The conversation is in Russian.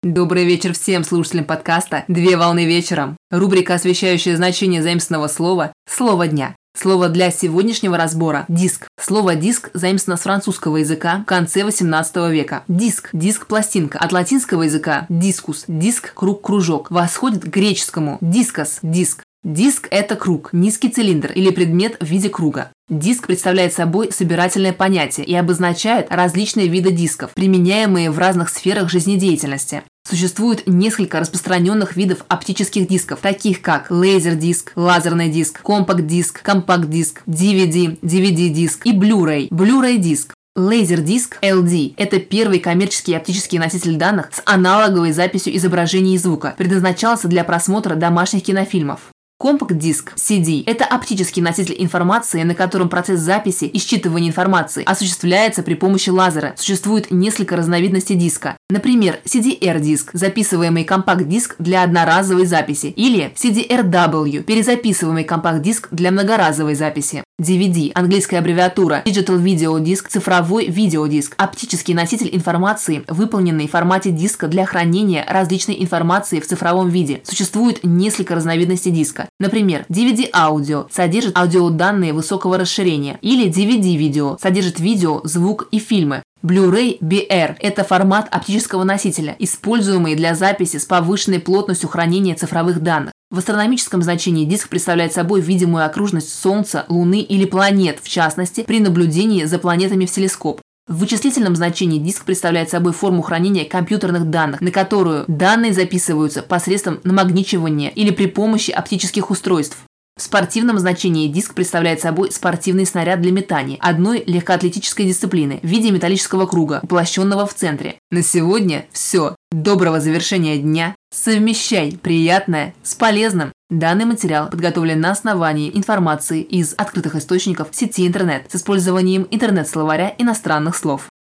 Добрый вечер всем слушателям подкаста «Две волны вечером». Рубрика, освещающая значение заимственного слова «Слово дня». Слово для сегодняшнего разбора – диск. Слово «диск» заимствовано с французского языка в конце 18 века. Диск – диск-пластинка. От латинского языка – дискус – диск, круг, кружок. Восходит к греческому – дискос – диск. Диск – это круг, низкий цилиндр или предмет в виде круга. Диск представляет собой собирательное понятие и обозначает различные виды дисков, применяемые в разных сферах жизнедеятельности. Существует несколько распространенных видов оптических дисков, таких как лазер-диск, лазерный диск, компакт-диск, компакт-диск, DVD, DVD-диск и Blu-ray, Blu-ray-диск. Лазер-диск LD – это первый коммерческий оптический носитель данных с аналоговой записью изображения и звука, предназначался для просмотра домашних кинофильмов. Компакт-диск CD – это оптический носитель информации, на котором процесс записи и считывания информации осуществляется при помощи лазера. Существует несколько разновидностей диска. Например, CDR-диск – записываемый компакт-диск для одноразовой записи, или CDRW – перезаписываемый компакт-диск для многоразовой записи. DVD – английская аббревиатура Digital Video Disc – цифровой видеодиск, оптический носитель информации, выполненный в формате диска для хранения различной информации в цифровом виде. Существует несколько разновидностей диска. Например, DVD-аудио содержит аудиоданные высокого расширения, или DVD-видео содержит видео, звук и фильмы. Blu-ray BR – это формат оптического носителя, используемый для записи с повышенной плотностью хранения цифровых данных. В астрономическом значении диск представляет собой видимую окружность Солнца, Луны или планет, в частности, при наблюдении за планетами в телескоп. В вычислительном значении диск представляет собой форму хранения компьютерных данных, на которую данные записываются посредством намагничивания или при помощи оптических устройств. В спортивном значении диск представляет собой спортивный снаряд для метания одной легкоатлетической дисциплины в виде металлического круга, уплощенного в центре. На сегодня все. Доброго завершения дня. Совмещай приятное с полезным. Данный материал подготовлен на основании информации из открытых источников сети интернет с использованием интернет-словаря иностранных слов.